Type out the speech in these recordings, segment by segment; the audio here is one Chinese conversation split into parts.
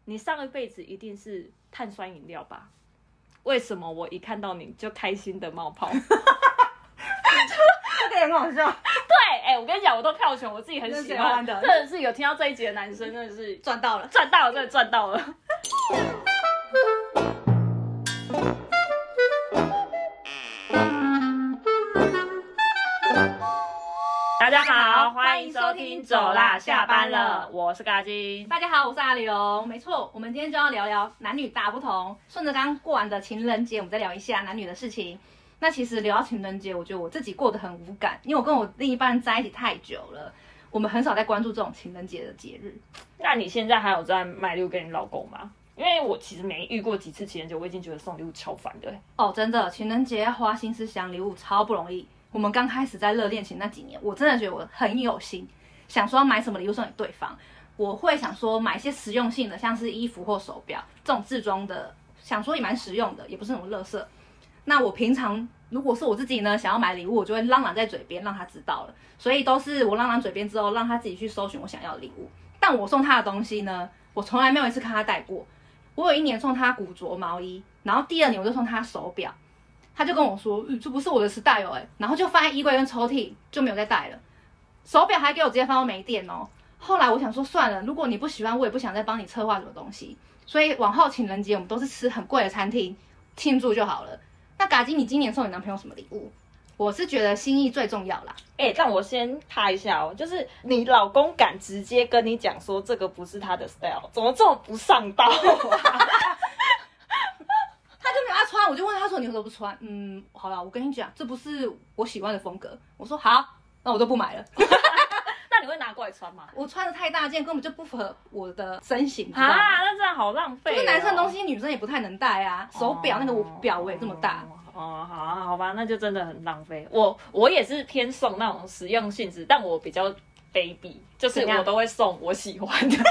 你上一辈子一定是碳酸饮料吧？为什么我一看到你就开心的冒泡？ 这个也很好笑。 对，我跟你讲，我都票选我自己很喜欢的，真的是有听到这一集的男生，真的是赚到了， 赚到了，真的赚到了。大家好，欢迎收听走啦，下班了，我是嘎金。 大家好，我是阿刘。没错，我们今天就要聊聊男女大不同。顺着刚过完的情人节，我们再聊一下男女的事情。那其实聊到情人节，我觉得我自己过得很无感，因为我跟我另一半在一起太久了，我们很少在关注这种情人节的节日。 那你现在还有在买礼物给你老公吗？因为我其实没遇过几次情人节，我已经觉得送礼物超烦的。 哦，真的，情人节要花心思想礼物超不容易。我们刚开始在热恋情那几年，我真的觉得我很有心，想说要买什么礼物送给对方。我会想说买一些实用性的，像是衣服或手表这种自装的，想说也蛮实用的，也不是那种垃圾。那我平常如果是我自己呢，想要买礼物，我就会嚷嚷在嘴边让他知道了，所以都是我嚷嚷嘴边之后，让他自己去搜寻我想要的礼物。但我送他的东西呢，我从来没有一次看他戴过。我有一年送他古着毛衣，然后第二年我就送他手表。他就跟我说，这不是我的style然后就放在衣柜跟抽屉，就没有再戴了。手表还给我直接放到没电哦。后来我想说算了，如果你不喜欢，我也不想再帮你策划什么东西，所以往后情人节我们都是吃很贵的餐厅庆祝就好了。那嘎金，你今年送你男朋友什么礼物？我是觉得心意最重要啦。 但我先拍一下哦，就是你老公敢直接跟你讲说这个不是他的 style， 怎么这么不上道啊？ 他就没有要穿，我就问他说：“你为什么不穿？”好了，我跟你讲，这不是我喜欢的风格。我说好，那我就不买了。 那你会拿过来穿吗？ 我穿的太大件，根本就不符合我的身形， 啊，那这样好浪费。 就是男生的东西，女生也不太能戴啊。手表那个表我也这么大。 哦，好啊，好吧，那就真的很浪费。我也是偏送那种实用性质，但我比较卑鄙，就是我都会送我喜欢的。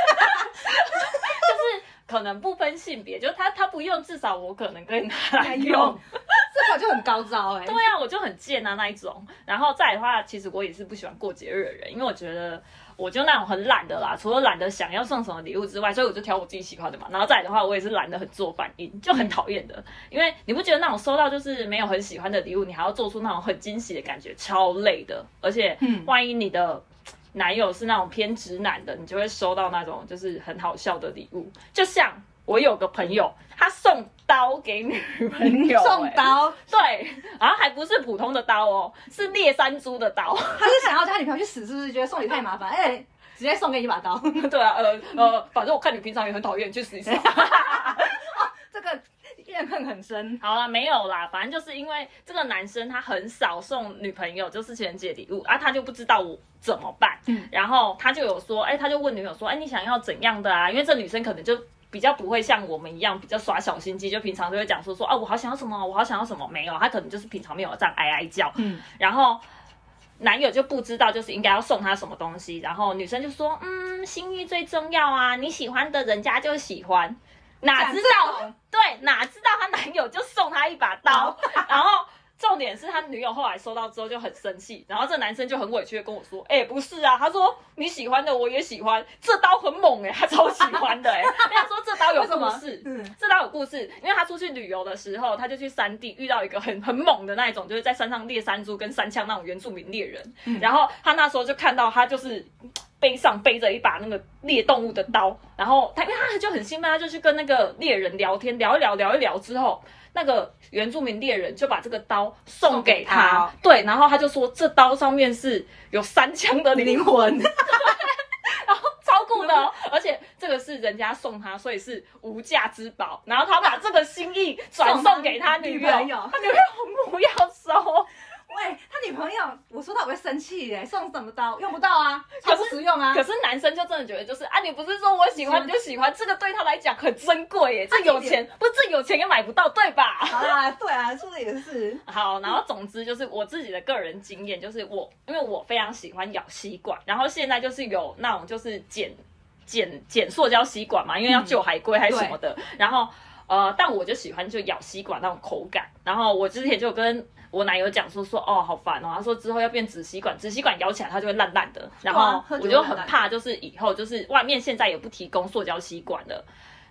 可能不分性别，就他不用，至少我可能可以拿来用， 这个就很高招对啊，我就很贱啊那一种。然后再来的话，其实我也是不喜欢过节日的人，因为我觉得我就那种很懒的啦，除了懒得想要送什么礼物之外，所以我就挑我自己喜欢的嘛。然后再来的话，我也是懒得很做反应，就很讨厌的。因为你不觉得那种收到就是没有很喜欢的礼物，你还要做出那种很惊喜的感觉，超累的。而且万一你的男友是那种偏直男的，你就会收到那种就是很好笑的礼物。就像我有个朋友，他送刀给女朋友， 送刀， 对，然后还不是普通的刀哦，是猎山猪的刀。 他是想要叫他女朋友去死，是不是？觉得送礼太麻烦，直接送给你一把刀。 对啊，反正我看你平常也很讨厌，去死一死。 这个怨恨很深。 好啦，没有啦，反正就是因为这个男生他很少送女朋友就是情人节礼物啊，他就不知道我怎么办。然后他就有说，他就问女友说，你想要怎样的啊？因为这女生可能就比较不会像我们一样比较耍小心机，就平常都会讲说我好想要什么，我好想要什么，没有，他可能就是平常没有这样哀哀叫。然后男友就不知道就是应该要送他什么东西，然后女生就说，心意最重要啊，你喜欢的人家就喜欢。哪知道，对，哪知道她男友就送她一把刀，然后重点是他女友后来收到之后就很生气，然后这男生就很委屈的跟我说，不是啊，他说你喜欢的我也喜欢，这刀很猛他超喜欢的他说这刀有故事，这刀有故事，因为他出去旅游的时候，他就去山地遇到一个很猛的那一种，就是在山上猎山猪跟山枪那种原住民猎人，然后他那时候就看到他就是背上背着一把那个猎动物的刀，然后因为他就很兴奋，他就去跟那个猎人聊天，聊一聊之后，那个原住民猎人就把这个刀送给他，对，然后他就说这刀上面是有山枪的灵魂，然后超酷的而且这个是人家送他，所以是无价之宝，然后他把这个心意转送给他女友，他女友不要收。 喂，他女朋友，我说他我会生气耶，送什么刀用不到啊，超不实用啊。 可是男生就真的觉得就是你不是说我喜欢你就喜欢，这个对他来讲很珍贵耶，这有钱不是这有钱也买不到，对吧？ 好啦，对啊，说的也是。 好，然后总之就是我自己的个人经验，就是因为我非常喜欢咬吸管，然后现在就是有那种就是剪塑胶吸管嘛，因为要救海龟还是什么的，然后但我就喜欢就咬吸管那种口感，然后我之前就跟我男友讲说好烦他说之后要变纸吸管咬起来它就会烂烂的，然后我就很怕就是以后就是外面现在也不提供塑胶吸管了，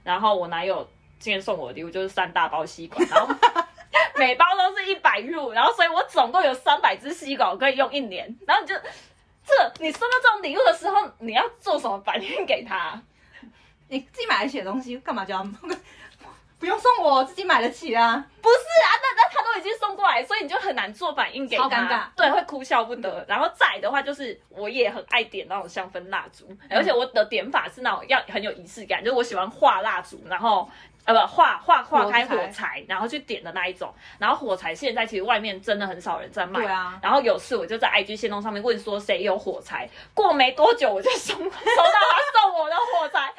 然后我男友今天送我的礼物就是3大包吸管，然后每包都是100入，然后所以我总共有300支吸管，我可以用1年。然后你收到这种礼物的时候，你要做什么反应给他？ 你自己买得起的东西，干嘛就要不用送我，自己买得起啊？ 不是啊，那他都已经送过来，所以你就很难做反应给他， 超尴尬， 对，会哭笑不得。然后再来的话，就是我也很爱点那种香氛蜡烛，而且我的点法是那种要很有仪式感，就是我喜欢画蜡烛，然后画开火柴，然后去点的那一种。然后火柴现在其实外面真的很少人在卖， 对啊。 然后有次我就在 IG 限动上面问说谁有火柴，过没多久我就收到他送我的火柴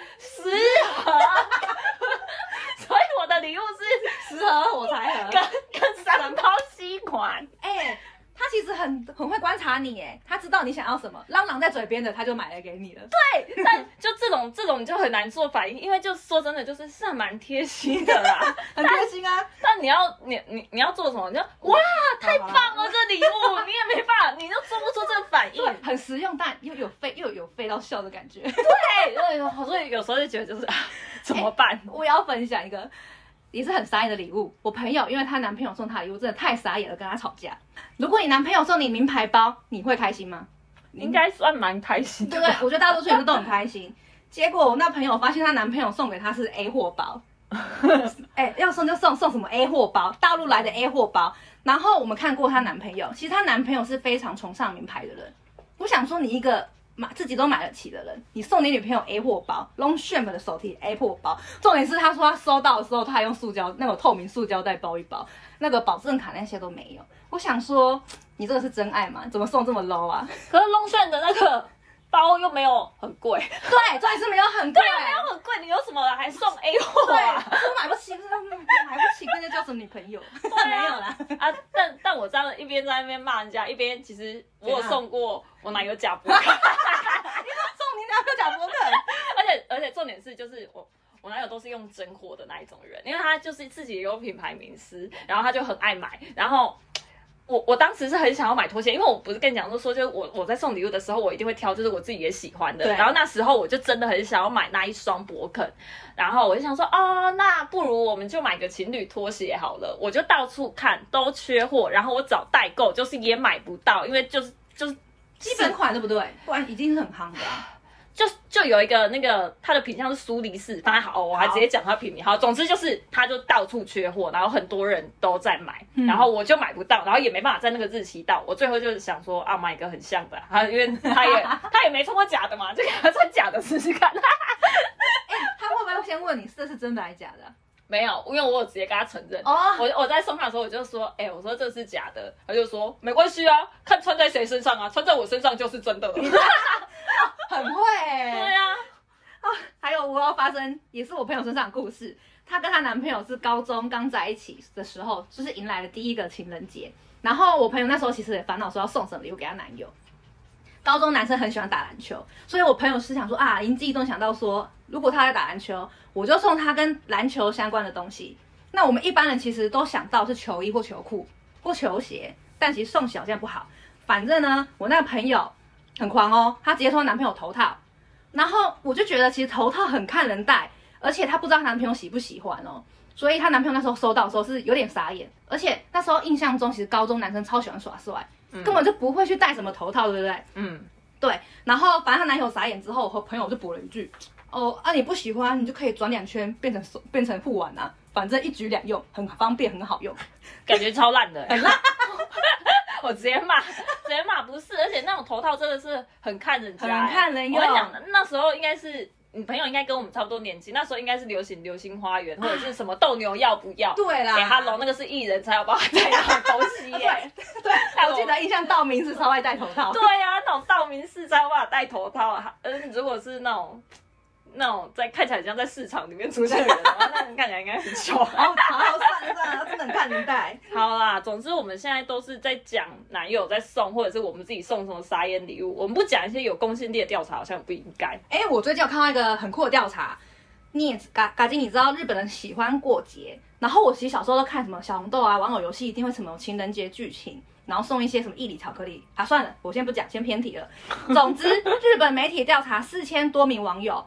10盒。所以我的礼物是 10盒火柴盒跟3包吸管。 他其实很会观察你，他知道你想要什么，朗在嘴边的他就买来给你了。 对，但就这种你就很难做反应，因为就说真的就是还蛮贴心的啦， 很贴心啊。 但你要做什么？你就哇，太棒了这礼物，你也没办法，你就做不出这个反应。 很实用，但又有费到笑的感觉。 对，所以有时候就觉得就是怎么办？ 我也要分享一个。也是很傻眼的礼物。我朋友因为她男朋友送她的礼物真的太傻眼了，跟她吵架。如果你男朋友送你名牌包，你会开心吗？ 应该算蛮开心的， 对不对？我觉得大多数人都很开心。结果我那朋友发现她男朋友送给她是 A 货包，要送就送什么 A 货包，大陆来的 A 货包。然后我们看过她男朋友，其实她男朋友是非常崇尚名牌的人。我想说，你一个自己都买得起的人，你送你女朋友 A 货包 ，Longchamp 的手提 A 货包，重点是他说他收到的时候，他还用那种透明塑胶袋包一包，那个保证卡那些都没有。我想说，你这个是真爱吗？怎么送这么 low 啊？ 可是 Longchamp 的那个包又没有很贵， 对，重点是没有很贵， 对啊，没有很贵，你有什么还送 A 货啊？ 对，我买不起，跟人家叫什么女朋友？ 对没有啦。 但我这样一边在那边骂人家，一边其实我有送过我男友假博客。 送你男友假博客， 而且重点是就是我男友都是用真货的那一种人，因为他就是自己有品牌名师，然后他就很爱买，然后。我当时是很想要买拖鞋，因为我不是跟你讲说就是我在送礼物的时候，我一定会挑就是我自己也喜欢的。然后那时候我就真的很想要买那一双博肯，然后我就想说那不如我们就买个情侣拖鞋好了。我就到处看都缺货，然后我找代购就是也买不到，因为就是基本款对不对？不然已经是很夯的啊。 就有一个那个它的品相是苏黎世，当然好，我还直接讲它品名好。总之就是它就到处缺货，然后很多人都在买，然后我就买不到，然后也没办法在那个日期到。我最后就是想说买一个很像的，因为他也没穿过假的嘛，就给他穿假的试试看。 他会不会先问你这是真的还是假的？ 没有，因为我有直接跟他承认。我在送他的时候我就说，我说这是假的，他就说没关系啊，看穿在谁身上啊，穿在我身上就是真的了。 很会对啊。 还有我要发生也是我朋友身上的故事，她跟她男朋友是高中刚在一起的时候，就是迎来了第一个情人节。然后我朋友那时候其实也烦恼说要送什么礼物给她男友。高中男生很喜欢打篮球，所以我朋友是想说灵机一动想到说，如果他在打篮球，我就送他跟篮球相关的东西。那我们一般人其实都想到是球衣或球裤或球鞋，但其实送小这样不好。反正呢，我那个朋友很狂哦，她直接送男朋友头套，然后我就觉得其实头套很看人戴，而且她不知道她男朋友喜不喜欢哦，所以她男朋友那时候收到的时候是有点傻眼，而且那时候印象中其实高中男生超喜欢耍帅。根本就不会去戴什么头套，对不对？对。然后反正她男友傻眼之后，我和朋友就补了一句：你不喜欢，你就可以转2圈变成护腕啊，反正一举两用，很方便，很好用。 感觉超烂的， 很烂。 我直接骂，不是，而且那种头套真的是很看人家， 很看人用。 我跟你讲，那时候应该是。你朋友应该跟我们差不多年纪，那时候应该是流行流星花园，或者是什么斗牛要不要？ 对啦 ，Hello， 那个是艺人才有办法戴那种东西耶。 对，我记得印象道明寺超爱戴头套。 对啊，那种道明寺才有办法戴头套啊。如果是那种在看起来像在市场里面出现的人的话，那人看起来应该很丑。 好，算了，真的很看人戴。 好啦，总之我们现在都是在讲男友在送，或者是我们自己送什么傻眼礼物，我们不讲一些有公信力的调查，好像不应该。 我最近有看到一个很酷的调查，嘎金，你知道日本人喜欢过节，然后我其实小时候都看什么小红豆啊，玩偶游戏一定会什么情人节剧情。然后送一些什么义理巧克力算了，我先不讲，先偏题了。总之，日本媒体调查4000多名网友，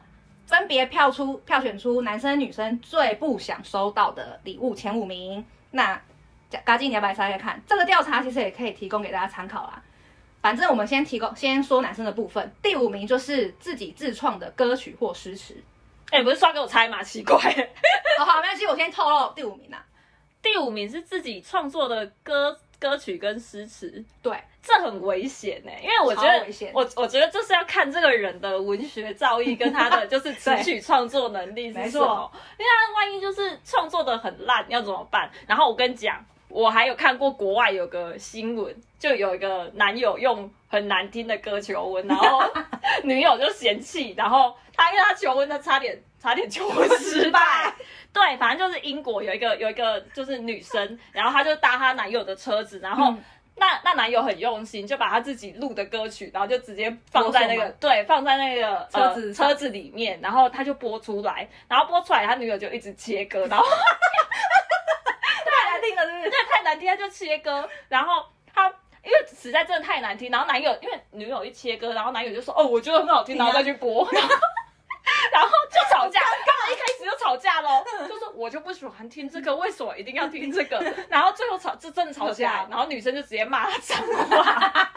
分别票选出男生女生最不想收到的礼物前5名。那嘎金你要不要猜猜看？这个调查其实也可以提供给大家参考啦。反正我们先说男生的部分，第5名就是自己自创的歌曲或诗词。 不是刷给我猜吗？奇怪。 好，没关系，我先透露第5名啦。 第5名是自己创作的歌曲跟诗词。 对， 这很危险因为我觉得我觉得就是要看这个人的文学造诣跟他的就是词曲创作能力是什么。因为他万一就是创作的很烂，要怎么办？然后我跟你讲，我还有看过国外有个新闻，就有一个男友用很难听的歌求婚，然后女友就嫌弃，然后因为他求婚，他差点求婚失败。对，反正就是英国有一个就是女生，然后她就搭她男友的车子，然后那男友很用心，就把他自己录的歌曲，然后就直接放在那个放在那个车子里面，然后他就播出来，然后播出来，他女友就一直切歌，然后太难听了，是不是？ 对，太难听，他就切歌，然后他因为实在真的太难听，然后男友因为女友一切歌，然后男友就说我觉得很好听，然后再去播。然后就吵架，刚刚一开始就吵架咯，就说我就不喜欢听这个，为什么一定要听这个？然后最后就真的吵架，然后女生就直接骂他脏话。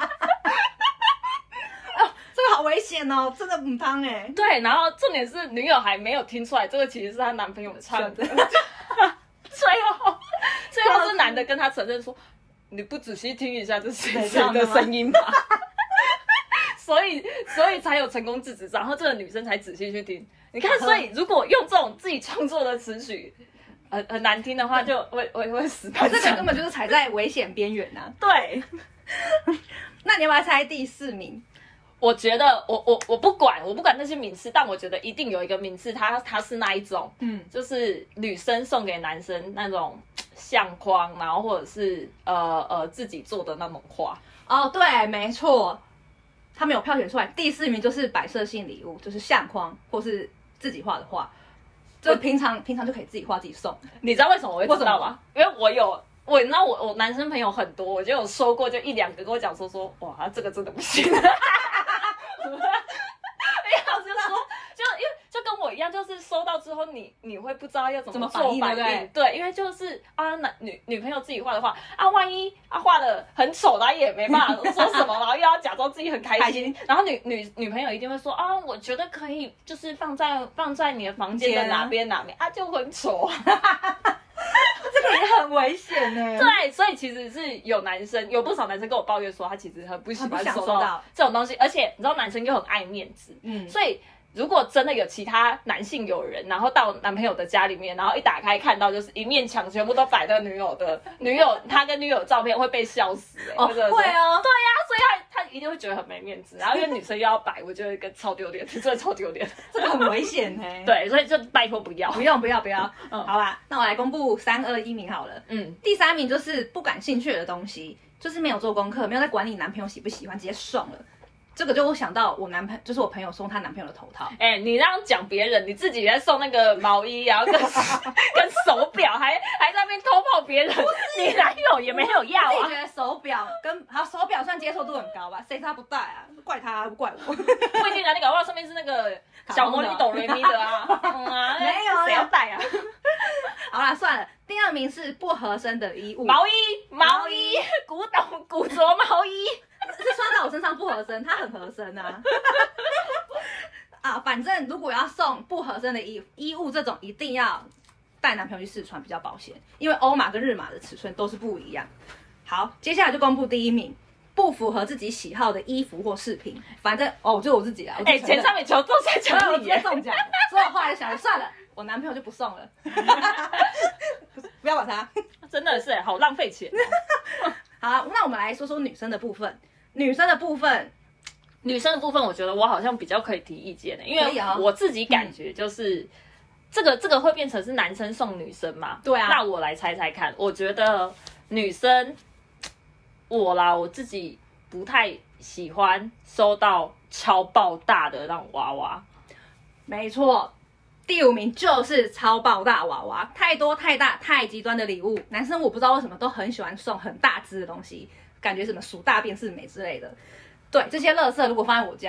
这个好危险哦，真的很汤对，然后重点是女友还没有听出来，这个其实是她男朋友唱的。最后是男的跟她承认说，你不仔细听一下这是谁的声音吗？所以才有成功制止，然后这个女生才仔细去听。你看，所以如果用这种自己创作的词曲，很难听的话，就会死板。 这个根本就是踩在危险边缘啊！ 对。 那你要不要猜第4名？ 我觉得我不管那些名次，但我觉得一定有一个名次，它是那一种，就是女生送给男生那种相框，然后或者是自己做的那种画。 哦，对，没错。他们有票选出来，第4名就是摆设性礼物，就是相框或是自己画的画，就平常就可以自己画自己送。 你知道为什么我会知道吗？因为你知道我男生朋友很多，我就有收过，就1、2个跟我讲说哇，这个真的不行。就跟我一样，就是收到之后你会不知道要怎么做反应，对，因为就是女朋友自己画的画万一画的很丑，然后也没办法说什么，然后又要假装自己很开心，然后女朋友一定会说我觉得可以，就是放在你的房间的哪边就很丑。 这个也很危险对，所以其实是有不少男生跟我抱怨说，他其实很不喜欢收到这种东西，而且你知道男生又很爱面子，所以如果真的有其他男性友人，然后到男朋友的家里面，然后一打开看到就是一面墙全部都摆的他跟女友的照片，会被笑死会哦，对呀， 所以他一定会觉得很没面子，然后因为女生又要摆，我觉得跟超丢脸，真的超丢脸， 这个很危险对，所以就拜托不要， 好吧，那我来公布3、2、1名好了。第3名就是不感兴趣的东西，就是没有做功课，没有在管你男朋友喜不喜欢，直接送了。这个就我想到就是我朋友送她男朋友的头套。 你这样讲别人，你自己在送那个毛衣，然后跟手表，还在那边偷跑别人，你男友也没有要啊？ 我自己觉得手表手表算接受度很高吧，谁他不戴啊？怪他不怪我。不一定啊，你搞不好上面是那个小魔女哆瑞咪的啊。 没有， 谁要戴啊？ 好啦，算了。第2名是不合身的衣物， 毛衣，古着毛衣。 是穿在我身上不合身，它很合身啊。反正如果要送不合身的衣物，这种一定要带男朋友去试穿比较保险，因为欧码跟日码的尺寸都是不一样。好，接下来就公布第1名，不符合自己喜好的衣服或饰品。反正就我自己啦。 前3名全都在讲你， 直接中奖。所以我后来就想算了，我男朋友就不送了。不要管他， 真的是好浪费钱。 好，那我们来说说女生的部分。女生的部分， 我觉得我好像比较可以提意见的，因为我自己感觉就是这个会变成是男生送女生嘛。 对啊。 那我来猜猜看，我觉得女生我自己不太喜欢收到超爆大的那种娃娃。 没错。第5名就是超爆大娃娃，太多太大太极端的礼物，男生我不知道为什么都很喜欢送很大只的东西，感觉什么数大便是美之类的。对，这些垃圾如果放在我家，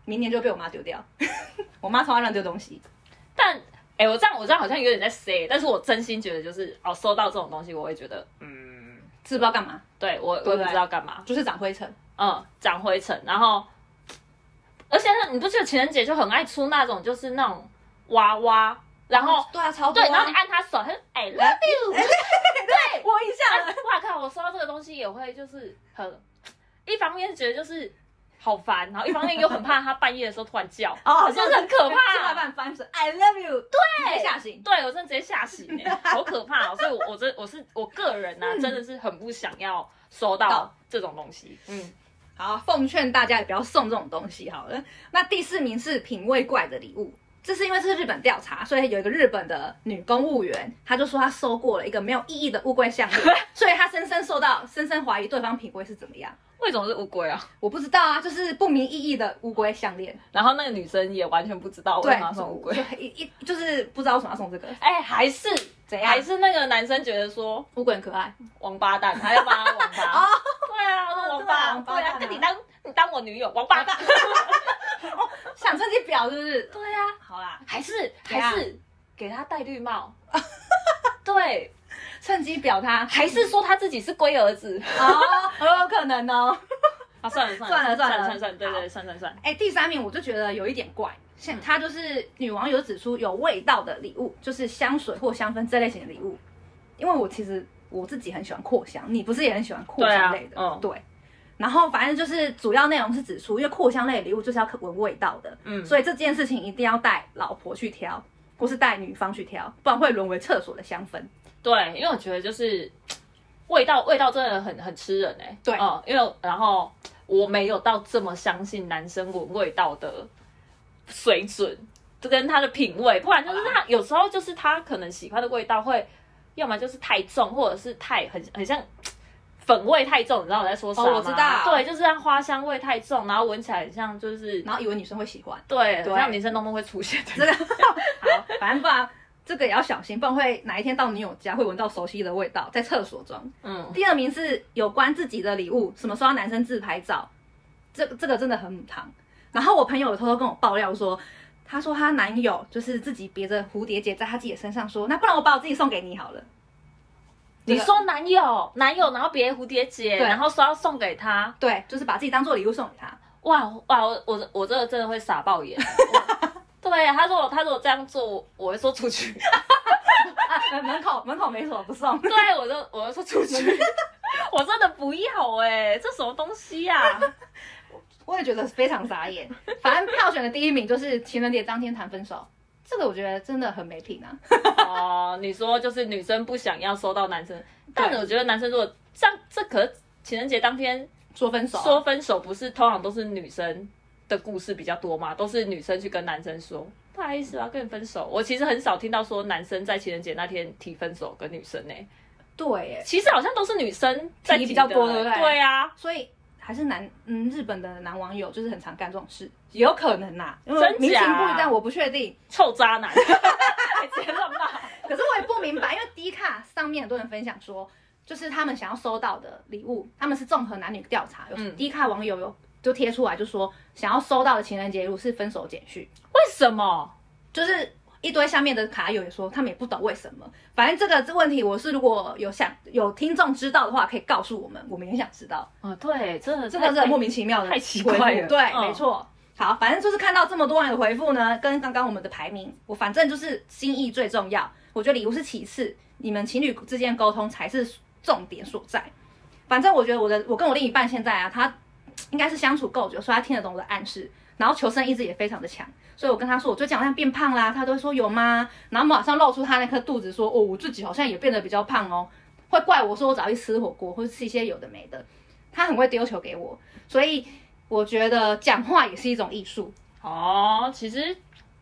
明年就被我妈丢掉。我妈超爱乱丢东西。 但我这样好像有点在 say， 但是我真心觉得就是收到这种东西，我会觉得知不知道干嘛？ 对我也不知道干嘛， 就是长灰尘。 长灰尘，然后而且你不觉得情人节就很爱出那种就是那种娃娃，然后对啊，超多啊。 对，然后你按他手，他就 I love you， 对， 我印象了。 哇靠！我收到这个东西也会就是一方面觉得就是好烦，然后一方面又很怕他半夜的时候突然叫，就是很可怕。 下半翻是 I love you， 对，直接吓醒。 对，我真的直接吓醒好可怕哦！所以我个人啊，真的是很不想要收到这种东西。 好，奉劝大家也不要送这种东西好了。那第4名是品味怪的礼物。这是因为这是日本调查，所以有一个日本的女公务员，她就说她收过了一个没有意义的乌龟项链，所以她深深怀疑对方品味是怎么样。 为什么是乌龟啊？ 我不知道啊，就是不明意义的乌龟项链。 然后那个女生也完全不知道为什么要送乌龟， 就是不知道为什么要送这个。 还是怎样？ 还是那个男生觉得说乌龟很可爱， 王八蛋，他要帮他王八。对啊，我说王八，对啊，跟你当我女友，王八蛋。 想趁机表是不是？ 对啊， 好啦， 还是给他戴绿帽。对， 趁机表他， 还是说他自己是龟儿子？ 很有可能哦。 算了，对，算。 第3名我就觉得有一点怪，他就是女网友指出有味道的礼物，就是香水或香氛这类型的礼物。因为其实我自己很喜欢扩香，你不是也很喜欢扩香类的？对。然后反正就是主要内容是指出，因为扩香类的礼物就是要闻味道的，所以这件事情一定要带老婆去挑，或是带女方去挑，不然会沦为厕所的香氛。 对，因为我觉得就是味道真的很吃人对， 因为然后我没有到这么相信男生闻味道的水准，就跟他的品味，不然就是他有时候就是他可能喜欢的味道会，要么就是太重，或者是很像。粉味太重，你知道我在说啥吗？ 我知道， 对，就是让花香味太重，然后闻起来很像就是， 然后以为女生会喜欢， 对，像女生弄会出现的这个。好，反正不然这个也要小心，不然会哪一天到女友家会闻到熟悉的味道，在厕所中。第2名是有关自己的礼物，什么时候要男生自拍照，这个真的很母汤。然后我朋友有偷偷跟我爆料说，她说她男友就是自己别着蝴蝶结在她自己的身上说，那不然我把我自己送给你好了。 你说男友，然后别蝴蝶结，然后说要送给他， 对，就是把自己当做礼物送给他。 哇，我这个真的会傻爆眼。对，他说我这样做，我会说出去。 门口没锁不送。 对，我就说出去。我真的不要这什么东西呀？ 我也觉得非常傻眼。反正票选的第1名就是情人节当天谈分手。这个我觉得真的很没品啊！你说就是女生不想要收到男生，但我觉得男生如果这可是情人节当天说分手， 不是通常都是女生的故事比较多嘛？都是女生去跟男生说不好意思，我要跟你分手。我其实很少听到说男生在情人节那天提分手跟女生对， 其实好像都是女生在提比较多，对不对？ 对啊， 所以。还是日本的男网友就是很常干这种事，也有可能啦，因为民情不一样，我不确定。 臭渣男，还直接乱骂。 可是我也不明白，因为D卡上面很多人分享说，就是他们想要收到的礼物，他们是综合男女调查，有D卡网友就贴出来，就说想要收到的情人节礼物是分手简讯。 为什么？ 就是一堆下面的卡友也说，他们也不懂为什么。反正这个问题，我是如果有听众知道的话，可以告诉我们，我们也想知道。 对，真的这个是莫名其妙的， 太奇怪了。 对，没错。好，反正就是看到这么多网友的回复呢，跟刚刚我们的排名，我反正就是心意最重要。我觉得礼物是其次，你们情侣之间沟通才是重点所在。反正我觉得我跟我另一半现在啊，他应该是相处够久，所以他听得懂我的暗示。然后求生意志也非常的强，所以我跟他说我最近好像变胖啦，他都会说有吗？然后马上露出他那颗肚子说我自己好像也变得比较胖哦，会怪我说我早去吃火锅或者吃一些有的没的，他很会丢球给我，所以我觉得讲话也是一种艺术其实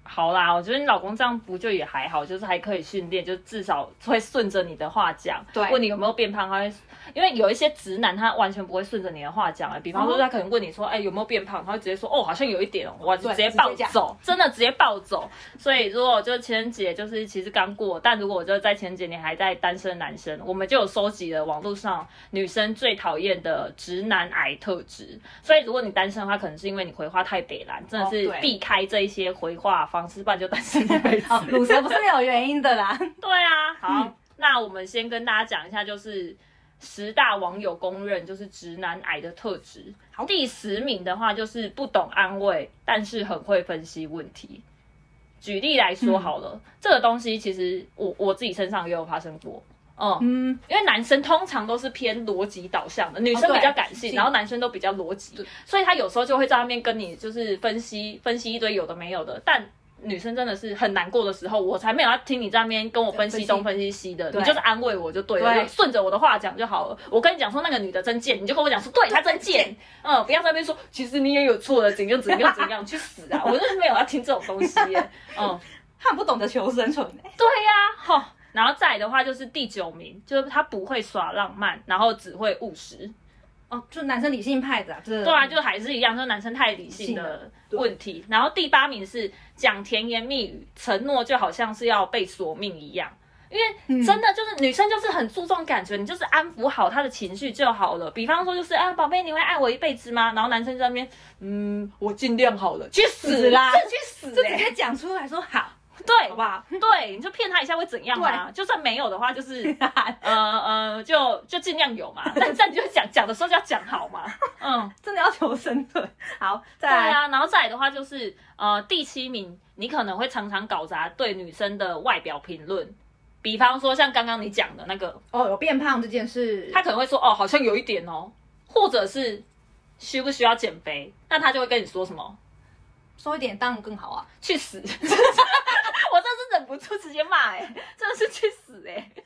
好啦，我觉得你老公这样不就也还好，就是还可以训练，就至少会顺着你的话讲。 对， 问你有没有变胖，他会，因为有一些直男他完全不会顺着你的话讲，比方说他可能问你说，哎、有没有变胖，他会直接说，哦，好像有一点哦，我就直接暴走，真的直接暴走。所以如果就情人节就是其实刚过，但如果我就在情人节你还在单身男生，我们就有收集了网络上女生最讨厌的直男癌特质。所以如果你单身的话，可能是因为你回话太北蓝，真的是避开这一些回话方式，不然就单身一辈子。 乳蛇不是没有原因的啦。 对啊，好，那我们先跟大家讲一下，就是10大网友公认就是直男癌的特质。好，第10名的话就是不懂安慰，但是很会分析问题。举例来说好了，这个东西其实我自己身上也有发生过。因为男生通常都是偏逻辑导向的，女生比较感性，然后男生都比较逻辑，所以他有时候就会在那边跟你就是分析一堆有的没有的，但女生真的是很难过的时候，我才没有要听你在那边跟我分析东分析西的，你就是安慰我就对了，就顺着我的话讲就好了。我跟你讲说那个女的真贱，你就跟我讲说对她真贱，不要在那边说其实你也有错的，怎样，去死啊！我就是没有要听这种东西耶， 他不懂得求生存。 对呀，然后再来的话就是第9名，就是他不会耍浪漫，然后只会务实。 就男生理性派的，对啊，就还是一样，就是男生太理性的问题。然后第8名是讲甜言蜜语，承诺就好像是要被索命一样。因为真的就是女生就是很注重感觉，你就是安抚好她的情绪就好了。比方说就是宝贝，你会爱我一辈子吗？然后男生在那边我尽量好了，去死啦，去死， 就直接讲出来说好。 对， 好不好？ 对，你就骗他一下会怎样嘛？就算没有的话，就是就尽量有嘛。但你就讲的时候就要讲好嘛。 真的要求生存。好，再来。 对啊，然后再来的话就是第7名，你可能会常常搞砸对女生的外表评论。比方说像刚刚你讲的那个有变胖这件事， 他可能会说好像有一点哦，或者是需不需要减肥？那他就会跟你说什么？ 瘦一点当然更好啊， 去死！我真是忍不住直接骂真的是去死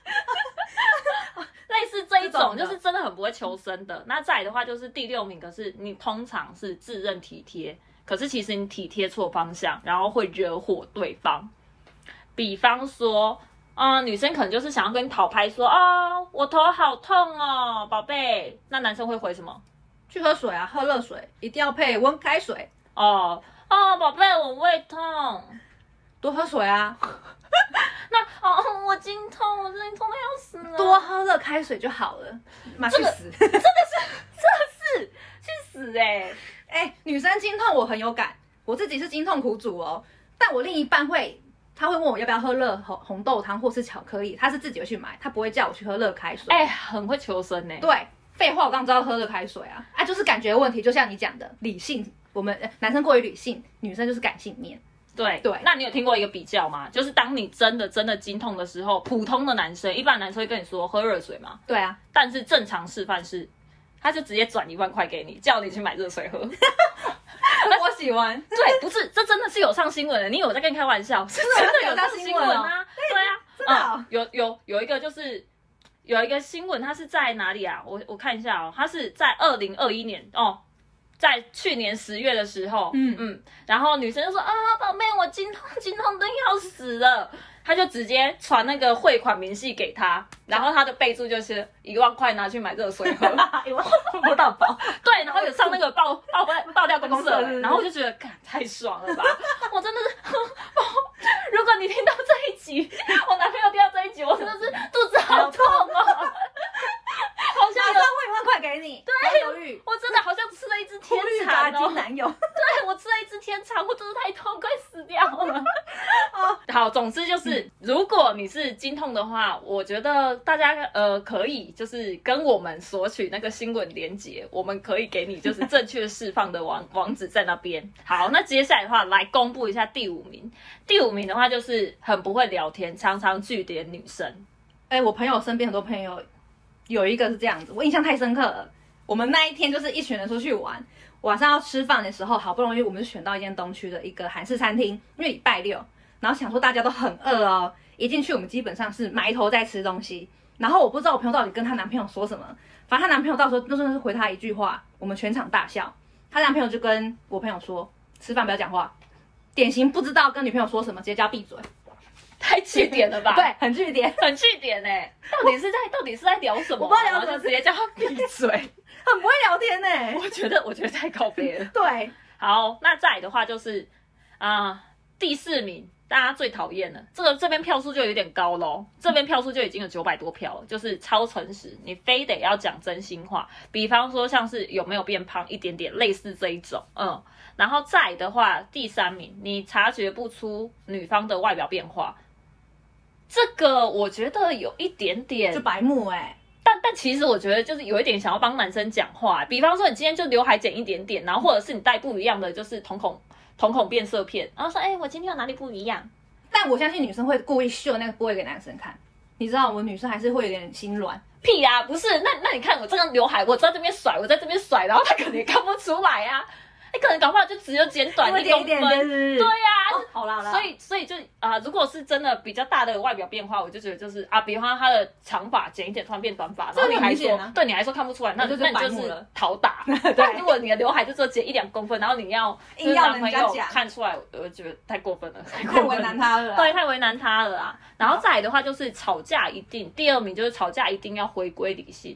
类似这一种就是真的很不会求生的。那再来的话就是第6名，可是你通常是自认体贴，可是其实你体贴错方向，然后会惹火对方。比方说女生可能就是想要跟你讨拍说我头好痛哦宝贝，那男生会回什么？ 去喝水啊，喝热水，一定要配温开水。 宝贝我胃痛， 多喝水啊。 那我经痛，我真的痛得要死了。 多喝热开水就好了。去死！ 真的是去死女生经痛我很有感，我自己是经痛苦主哦。但我另一半他会问我要不要喝热红豆汤或是巧克力，他是自己会去买，他不会叫我去喝热开水。 很会求生对，废话，我刚知道喝热开水啊，就是感觉问题，就像你讲的，理性，我们男生过于理性，女生就是感性面。 对，那你有听过一个比较吗？就是当你真的经痛的时候，普通的男生，一般男生会跟你说喝热水吗？ 对啊， 但是正常示范是，他就直接转1万块给你，叫你去买热水喝。 我喜欢。 对，不是，这真的是有上新闻的，你以为我在跟你开玩笑？是真的有上新闻啊！对啊， 真的有一个就是有一个新闻，它是在哪里啊？我看一下它是在2021年在去年10月的时候，然后女生就说宝贝，我经痛的要死了，他就直接传那个汇款明细给他，然后他的备注就是1万块拿去买热水喝，1万不到包， 对，然后有上那个爆料公社，然后我就觉得，太爽了吧！我真的是，如果你听到这一集，我男朋友听到这一集，我真的是肚子好痛好像马上汇1万块给你， 对， 犹豫， 我真的好像吃了一只天蚕金男友， 对，我吃了一只天蚕，我肚子太痛，快死掉了。好，总之就是，如果你是经痛的话，我觉得大家可以就是跟我们索取那个新闻连结，我们可以给你就是正确释放的网址在那边。好，那接下来的话来公布一下第5名。第5名的话就是很不会聊天，常常句点女生。 我朋友身边很多朋友有一个是这样子，我印象太深刻了。我们那一天就是一群人出去玩，晚上要吃饭的时候，好不容易我们就选到一间东区的一个韩式餐厅，因为礼拜6，然后想说大家都很饿哦，一进去我们基本上是埋头在吃东西。然后我不知道我朋友到底跟她男朋友说什么，反正她男朋友到时候就真的是回她一句话，我们全场大笑。她男朋友就跟我朋友说，吃饭不要讲话。 典型不知道跟女朋友说什么，直接叫闭嘴， 太据点了吧？ 对，很据点， 很据点哎，到底是在聊什么？ 我不知道聊什么， 就直接叫他闭嘴， 很不会聊天呢。 我觉得太靠背了。 对， 好，那再来的话就是第4名。大家最讨厌的这边票数就有点高咯，这边票数就已经有900多票了，就是超诚实，你非得要讲真心话，比方说像是有没有变胖一点点，类似这一种，然后再来的话，第3名，你察觉不出女方的外表变化，这个我觉得有一点点就白目但其实我觉得就是有一点想要帮男生讲话，比方说你今天就刘海剪一点点，然后或者是你戴不一样的就是瞳孔变色片，然后说我今天有哪里不一样？ 但我相信女生会故意秀那个部位给男生看，你知道我们女生还是会有点心软。 屁啊，不是，那你看我这个刘海，我在这边甩，然后他可能也看不出来啊。可能搞不好就只有剪短1公分，对呀， 好啦， 所以就如果是真的比较大的外表变化，我就觉得就是比方他的长发剪一剪突然变短发，然后你还说，对你还说看不出来，那你就是讨打。但如果你的刘海就只有剪1-2公分，然后你要男朋友看出来，我觉得太过分了， 太为难他了， 对，太为难他了啊。然后再来的话就是吵架一定，第2名就是吵架一定要回归理性，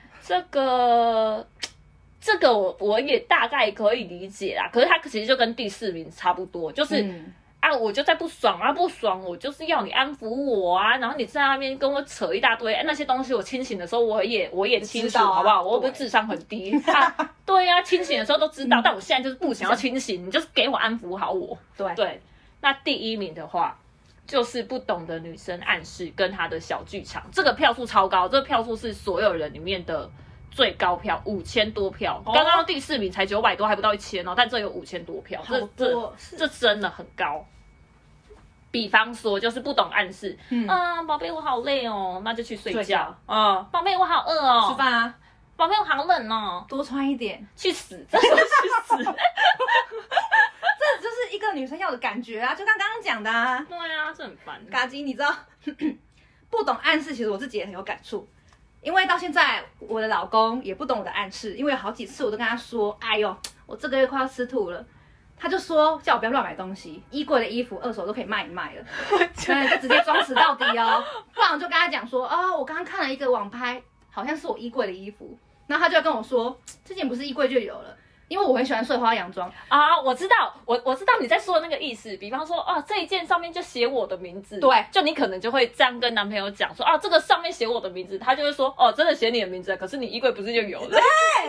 这个我也大概可以理解啦，可是他其实就跟第4名差不多，就是我就在不爽我就是要你安抚我啊，然后你在那边跟我扯一大堆，那些东西我清醒的时候我也清楚，好不好？我又不是智商很低对啊，清醒的时候都知道，但我现在就是不想要清醒，你就是给我安抚好我。对，那第1名的话。就是不懂得女生暗示跟她的小剧场，这个票数超高，这个票数是所有人里面的最高票，5000多票。刚刚第4名才900多，还不到1000哦，但这有5000多票，这真的很高。比方说，就是不懂暗示，宝贝我好累哦，那就去睡觉。宝贝我好饿哦， 吃饭啊。 宝贝我好冷哦， 多穿一点。 去死，真的去死。 这就是一个女生要的感觉啊，就像刚刚讲的啊。 对啊，这很烦。 嘎吉，你知道不懂暗示，其实我自己也很有感触，因为到现在我的老公也不懂我的暗示，因为有好几次我都跟他说，哎呦，我这个月快要吃土了，他就说叫我不要乱买东西，衣柜的衣服2手都可以卖一卖了，对，就直接装死到底哦。不然我就跟他讲说，我刚刚看了一个网拍，好像是我衣柜的衣服，然后他就跟我说，之前不是衣柜就有了。因为我很喜欢碎花洋装我知道，我知道你在说的那个意思。比方说，这一件上面就写我的名字， 对， 就你可能就会这样跟男朋友讲说，这个上面写我的名字，他就会说，真的写你的名字，可是你衣柜不是就有了？ 对，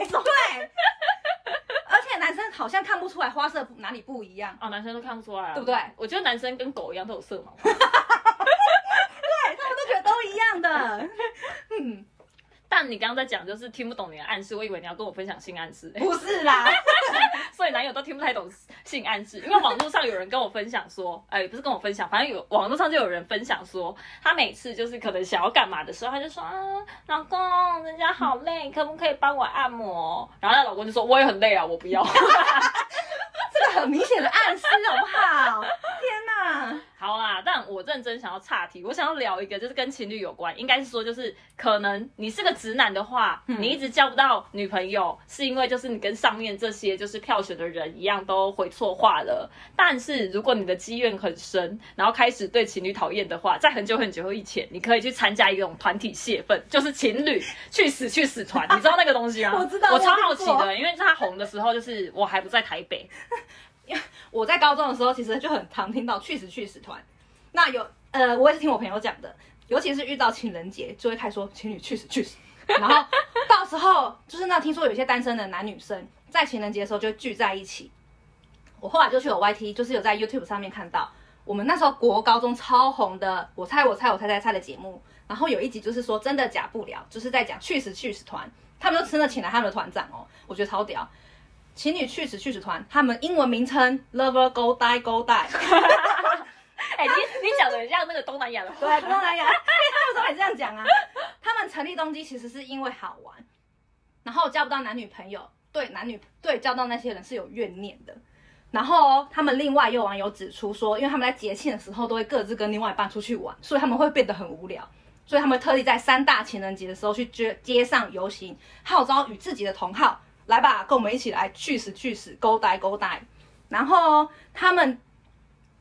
而且男生好像看不出来花色哪里不一样男生都看不出来， 对不对？ 我觉得男生跟狗一样都有色毛， 对，他们都觉得都一样的， 但你刚刚在讲就是听不懂你的暗示，我以为你要跟我分享性暗示， 不是啦， 所以男友都听不太懂性暗示，因为网络上有人跟我分享说，不是跟我分享，反正网络上就有人分享说，他每次就是可能想要干嘛的时候，他就说老公，人家好累，可不可以帮我按摩？然后他老公就说我也很累啊，我不要。 这个很明显的暗示，好不好？天哪！ 好啦，但我认真想要岔题，我想要聊一个就是跟情侣有关，应该是说就是可能你是个直男的话，你一直交不到女朋友，是因为就是你跟上面这些就是票选的人一样都回错话了。但是如果你的积怨很深，然后开始对情侣讨厌的话，在很久很久以前，你可以去参加一种团体泄愤，就是情侣去死团，你知道那个东西吗？ 我知道， 我超好奇的，因为他红的时候就是我还不在台北。 我在高中的时候，其实就很常听到去死团。那我也是听我朋友讲的，尤其是遇到情人节，就会开始说情侣去死。然后到时候就是听说有些单身的男女生在情人节的时候就聚在一起。我后来就去有 YT， 就是有在 YouTube 上面看到，我们那时候国高中超红的我猜的节目，然后有一集就是说真的假不了，就是在讲去死团，他们就真的请来他们的团长哦，我觉得超屌。情侣去死团，他们英文名称 Lover Go Die。 你讲的很像那个东南亚的话。 对，东南亚，他们都会这样讲啊。他们成立动机其实是因为好玩，然后交不到男女朋友，对交到那些人是有怨念的。然后他们另外也有网友指出说，因为他们在节庆的时候都会各自跟另外一半出去玩，所以他们会变得很无聊。所以他们特地在3大情人节的时候去街上游行，号召与自己的同好。来吧，跟我们一起来去死，Go Die。然后他们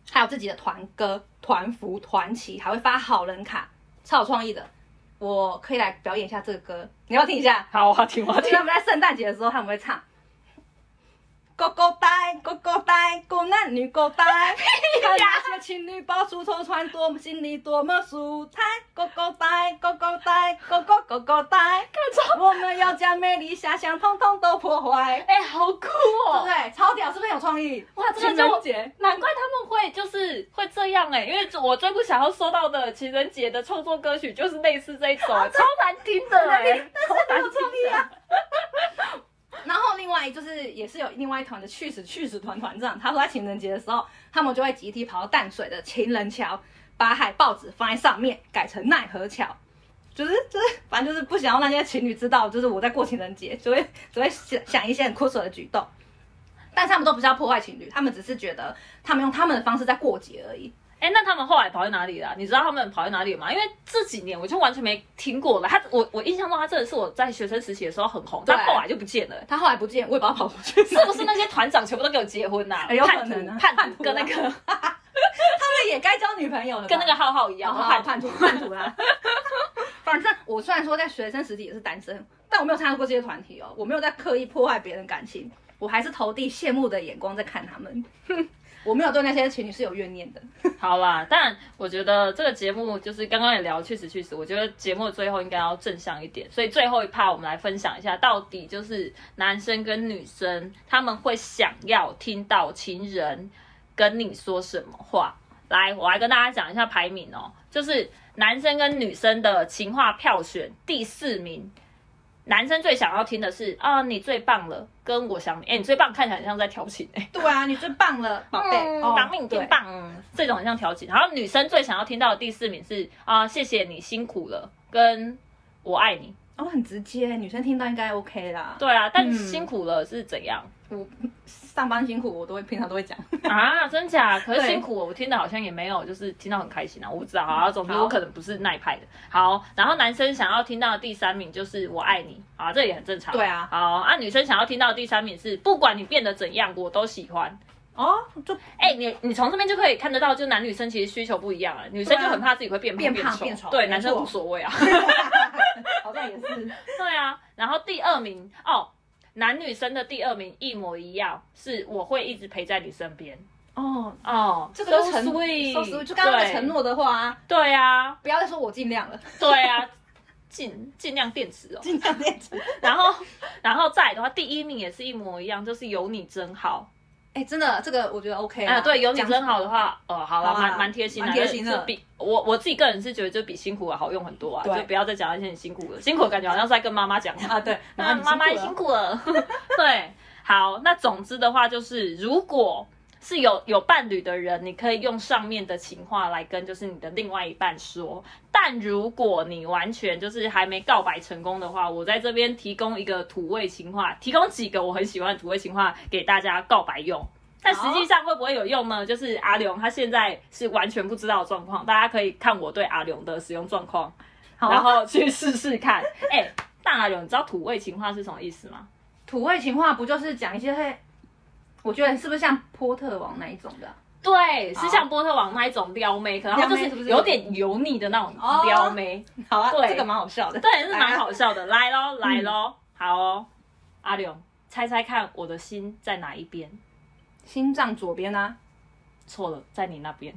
还有自己的团歌、团服、团旗，还会发好人卡，超有创意的。我可以来表演一下这个歌，你要听一下？ 好，我要听，我要听。 他们在圣诞节的时候，他们会唱。勾勾带，勾勾带，勾男女勾带，看那些情侣抱出头穿，多么心里多么舒坦。勾勾带，勾勾带，勾勾勾勾带，我们要将美丽遐想统统都破坏。 哎、好酷哦， 对不对？超屌，是不是很有创意？ 哇，这个情人节， 难怪他们会就是会这样哎、因为我最不想要收到的情人节的创作歌曲就是类似这一首、超难听的哎、超难听的。 然后另外就是也是有另外一团的去死团团长，他说在情人节的时候，他们就会集体跑到淡水的情人桥，把海报纸放在上面，改成奈何桥。就是反正就是不想要让那些情侣知道，就是我在过情人节，只会想一些很酷手的举动。但是他们都不是要破坏情侣，他们只是觉得他们用他们的方式在过节而已。 哎、那他们后来跑去哪里了、你知道他们跑去哪里吗？因为这几年我就完全没听过了。我印象中他真的是我在学生时期的时候很红，但后来就不见了。 他后来不见，我也不知道跑出去。 是不是那些团长全部都给我结婚呐、 有可能啊叛徒跟那个他们也该交女朋友了吧， 跟那个浩浩一样， 叛徒啦。反正我虽然说在学生时期也是单身，但我没有参加过这些团体哦，我没有在刻意破坏别人感情，我还是投递羡慕的眼光在看他们。我没有对那些情侣是有怨念的。 好啦，但我觉得这个节目就是刚刚也聊去死，我觉得节目的最后应该要正向一点，所以最后一趴我们来分享一下，到底就是男生跟女生他们会想要听到情人跟你说什么话。来，我来跟大家讲一下排名哦，就是男生跟女生的情话票选第4名。男生最想要听的是啊，你最棒了，跟我想你，你最棒看起来很像在调情对啊，你最棒了，宝贝， 当命最棒，这种很像调情。然后女生最想要听到的第4名是啊，谢谢你辛苦了，跟我爱你。 哦，很直接，女生听到应该 OK 啦。 对啊，但辛苦了是怎样？ 我上班辛苦，我平常都会讲啊，真假？可是辛苦我听的好像也没有，就是听到很开心啊，我不知道啊。总之我可能不是那一派的。好，然后男生想要听到的第3名就是我爱你啊，这也很正常。 对啊。 好啊，女生想要听到的第3名是不管你变得怎样，我都喜欢。 哦，就你从这边就可以看得到，就男女生其实需求不一样啊。女生就很怕自己会变胖变丑， 对，男生无所谓啊。 好像也是。 对啊，然后第2名哦，男女生的第2名一模一样，是我会一直陪在你身边。哦， 这个是 so sweet， 就刚刚的承诺的话啊。 对啊， 不要再说我尽量了。 对啊，尽量电池哦， 尽量电池。 然后再来的话，第1名也是一模一样，就是有你真好。 真的，这个我觉得 OK 啊。 对，有你真好的话，好了，蛮贴心的， 蛮贴心的。 比我自己个人是觉得，就比辛苦了好用很多啊，就不要再讲那些很辛苦了，辛苦感觉好像是在跟妈妈讲啊。对， 妈妈辛苦了。对，好，那总之的话就是，如果是有伴侣的人，你可以用上面的情话来跟就是你的另外一半说。但如果你完全就是还没告白成功的话，我在这边提供一个土味情话，提供几个我很喜欢的土味情话给大家告白用。但实际上会不会有用呢？就是阿龙他现在是完全不知道的状况，大家可以看我对阿龙的使用状况，然后去试试看。大阿龙，你知道土味情话是什么意思吗？ 土味情话不就是讲一些我觉得是不是像波特王那一种的？ 对，是像波特王那一种撩妹，可能就是有点油腻的那种撩妹。 好啊， 对， 这个蛮好笑的。 对，是蛮好笑的。来咯，好哦，阿龙，猜猜看我的心在哪一边？ 心脏左边啊。 错了，在你那边。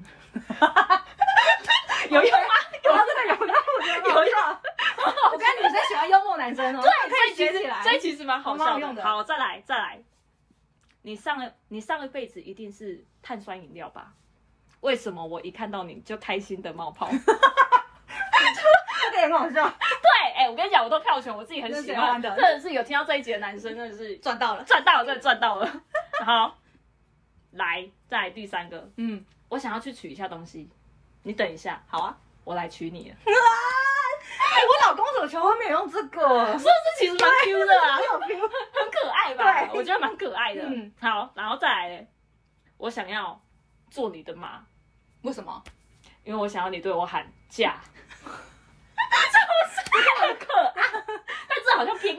有用吗？有啊，真的有用，有用。我跟女生喜欢幽默男生哦， 对， 可以学起来。 这其实蛮好笑的。 好，再来。你上一辈子一定是碳酸饮料吧？为什么我一看到你就开心的冒泡？ 这个也很好笑。 对，我跟你讲，我都票选我自己很喜欢的，真的是有听到这一集的男生真的是赚到了， 真的赚到了。好，再来第3个，我想要去取一下东西，你等一下。 好啊， 我来娶你了。 我老公怎么求婚没有用这个？ 是不是其实蛮 Q 的啊？ 很有 Q， 很可爱吧？ 对， 我觉得蛮可爱的。好，然后再来，我想要做你的马。 为什么？ 因为我想要你对我喊嫁。是不是很可爱？但这好像偏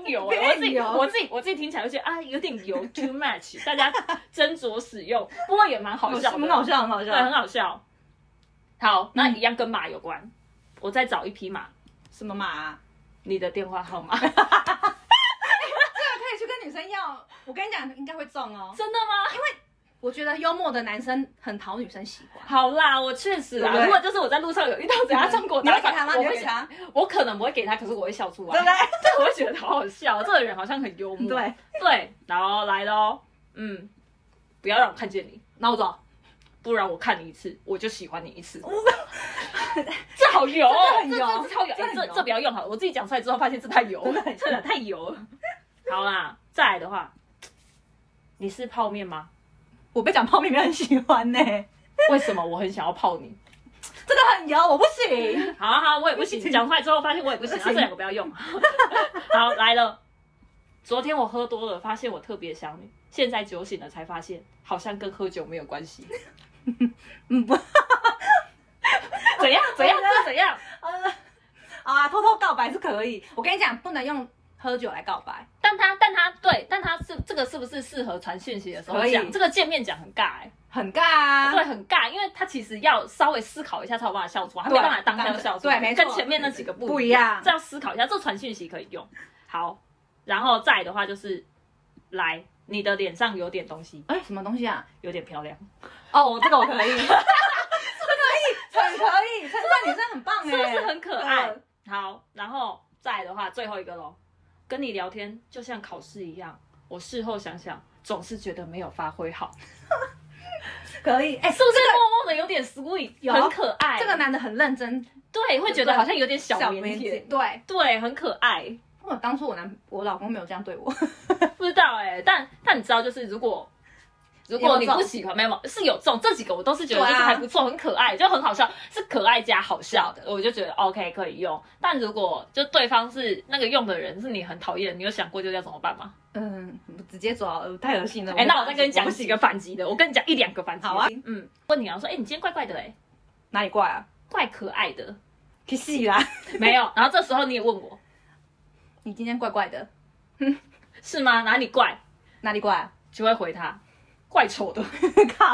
油哎、我自己听起来就觉得啊有点油 too much， 大家斟酌使用，不过也蛮好笑的， 很好笑，很好笑， 对，很好笑。好，那一样跟马有关，我再找一匹马。 什么马啊？ 你的电话号码。 这个可以去跟女生要，我跟你讲，应该会中哦。 真的吗？ 因为我觉得幽默的男生很讨女生喜欢。 好啦，我确实啦， 对不对如果就是我在路上有遇到这样给我你会给他吗？ 我会你会给他？ 我可能不会给他，可是我会笑出来， 对不对？ 对，我会觉得好好笑，这个人好像很幽默。 对， 然后来咯，不要让我看见你， 那我走。 不然我看你一次，我就喜欢你一次。这好油哦， 这很油， 这超油，这不要用好了。我自己讲出来之后发现这太油了，真的太油了。好啦，再来的话，你是泡面吗？ 我被讲泡面，没有很喜欢呢。 为什么我很想要泡你？ 这个很油，我不行。 好，我也不行。讲出来之后发现我也不行，这两个不要用。好，来了。昨天我喝多了，发现我特别想你。现在酒醒了才发现，好像跟喝酒没有关系。 不， 怎样？这怎样？ 偷偷告白是可以。我跟你讲，不能用喝酒来告白。但他这个是不是适合传讯息的时候可以讲？这个见面讲很尬很尬啊。 对，很尬，因为他其实要稍微思考一下才有办法笑出来，他没办法当下笑出来。 对，没错， 跟前面那几个不一样。 这要思考一下，这传讯息可以用。好，然后再来的话就是来。你的脸上有点东西， 什么东西啊？ 有点漂亮。 哦，这个我可以，这个可以，很可以，称赞女生很棒哎， 是不是很可爱？好，然后再来的话，最后一个咯，跟你聊天就像考试一样，我事后想想，总是觉得没有发挥好。 可以， 是不是默默的有点 sweet， 很可爱？ 这个男的很认真， 对，会觉得好像有点小腼腆，对，很可爱。 当初我老公没有这样对我， 不知道但你知道，就是如果你不喜欢，没有是有中这几个，我都是觉得就是还不错，很可爱，就很好笑，是可爱加好笑的，我就觉得 OK 可以用。但如果就对方是那个用的人是你很讨厌，你有想过就要怎么办吗？ 直接走，太恶心了。 那我再跟你讲几个反击的，我跟你讲1、2个反击。 好啊， 问你啊，说你今天怪怪的哪里怪啊？ 怪可爱的， 去死啦！ 没有，然后这时候你也问我。 你今天怪怪的， 是吗？哪里怪？ 哪里怪啊？ 就会回他，怪丑的。 靠！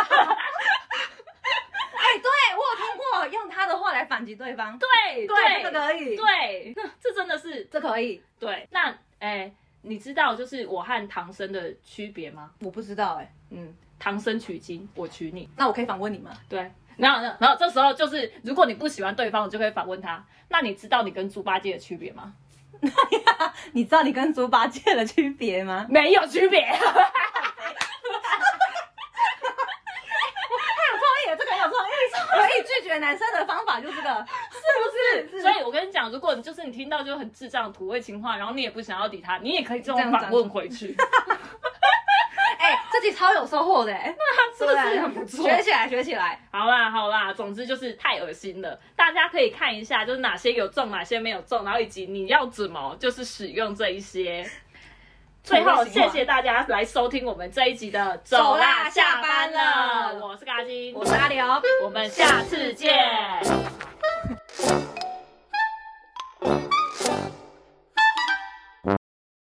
对我有听过用他的话来反击对方。 对， 这个可以。 对，这真的是这可以。 对，那你知道就是我和唐僧的区别吗？ 我不知道唐僧取经，我取你。 那我可以反问你吗？ 对。然后这时候就是，如果你不喜欢对方，我就可以反问他。那你知道你跟猪八戒的区别吗？ 你知道你跟猪八戒的区别吗？ 没有区别。太有创意了，这个很有创意。可以拒绝男生的方法就是这个， 是不是？所以我跟你讲，如果你听到就很智障、土味情话，然后你也不想要理他，你也可以这种反问回去。 这集超有收获的是不是很不错？ 学起来。 好啦，总之就是太恶心了。大家可以看一下，就是哪些有中，哪些没有中，然后以及你要怎么就是使用这一些。最后，谢谢大家来收听我们这一集的走啦，下班了。我是嘎金， 我是阿刘， 我们下次见。